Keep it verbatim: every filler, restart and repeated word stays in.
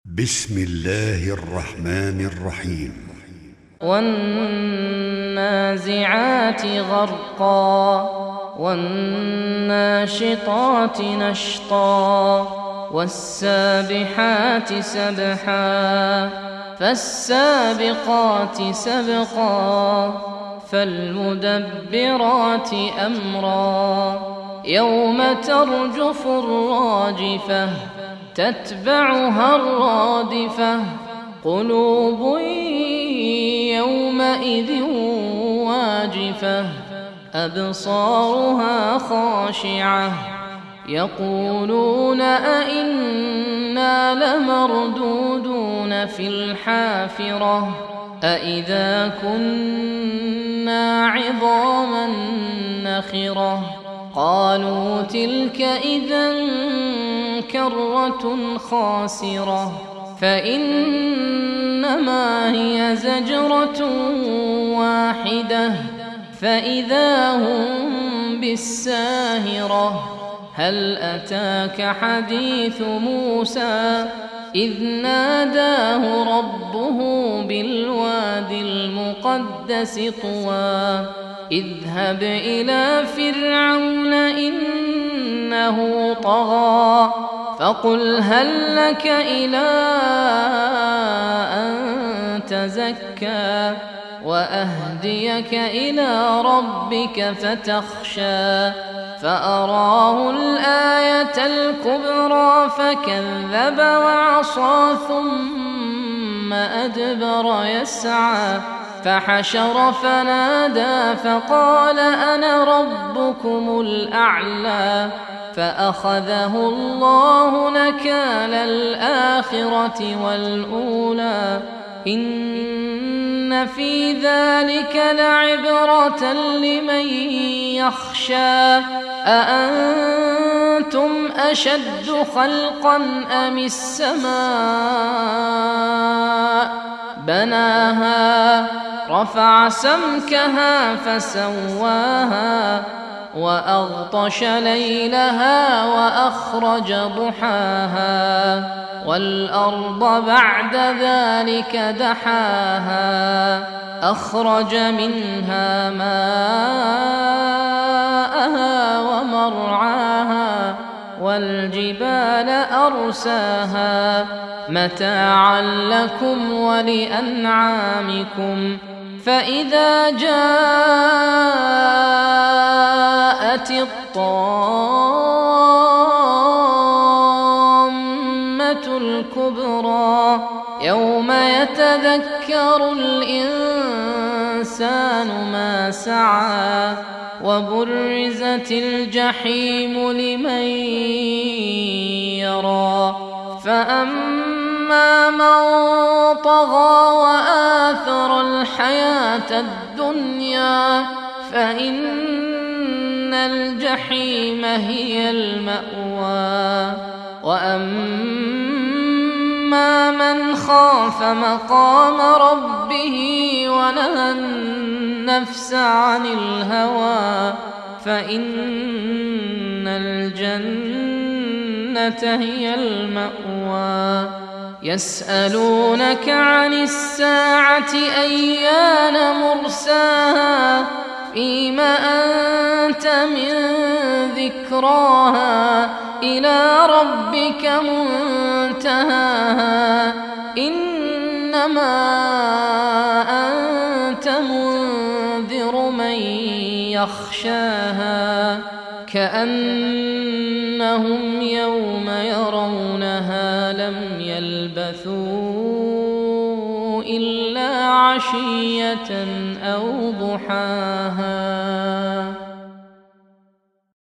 بسم الله الرحمن الرحيم والنازعات غرقا والناشطات نشطا والسابحات سبحا فالسابقات سبقا فالمدبرات أمرا يوم ترجف الراجفة تتبعها الرادفة قلوب يومئذ واجفة أبصارها خاشعة يقولون أئنا لمردودون في الحافرة أئذا كنا عظاما نخرة قالوا تلك إذا كرة خاسرة فإنما هي زجرة واحدة فإذا هم بالساهرة هل أتاك حديث موسى إذ ناداه ربه بالوادي المقدس طوى اذهب إلى فرعون إنه طغى فقل هل لك إلى أن تزكى وأهديك إلى ربك فتخشى فأراه الآية الكبرى فكذب وعصى ثم أدبر يسعى فحشر فنادى فقال أنا ربكم الأعلى فأخذه الله نكال الآخرة والأولى إن في ذلك لعبرة لمن يخشى أأنتم أشد خلقا أم السماء بناها رفع سمكها فسواها وأغطش ليلها وأخرج ضحاها والأرض بعد ذلك دحاها أخرج منها ماءها ومرعاها والجبال أرساها متاعا لكم ولأنعامكم فإذا جاءت الطامة الكبرى يوم يتذكر الإنسان ما سعى وبرزت الجحيم لمن يرى فأما من طغى وآثر الحياة الدنيا فإن الجحيم هي المأوى وأما من خاف مقام ربه ونهى النفس عن الهوى فإن الجنة هي المأوى يسألونك عن الساعة أيان مرساها فيم أنت من ذكراها إلى ربك منتهاها إنما أنت منذر من يخشاها كأنهم يوم يرونها لم يلبثوا إلا عشية أو ضحاها.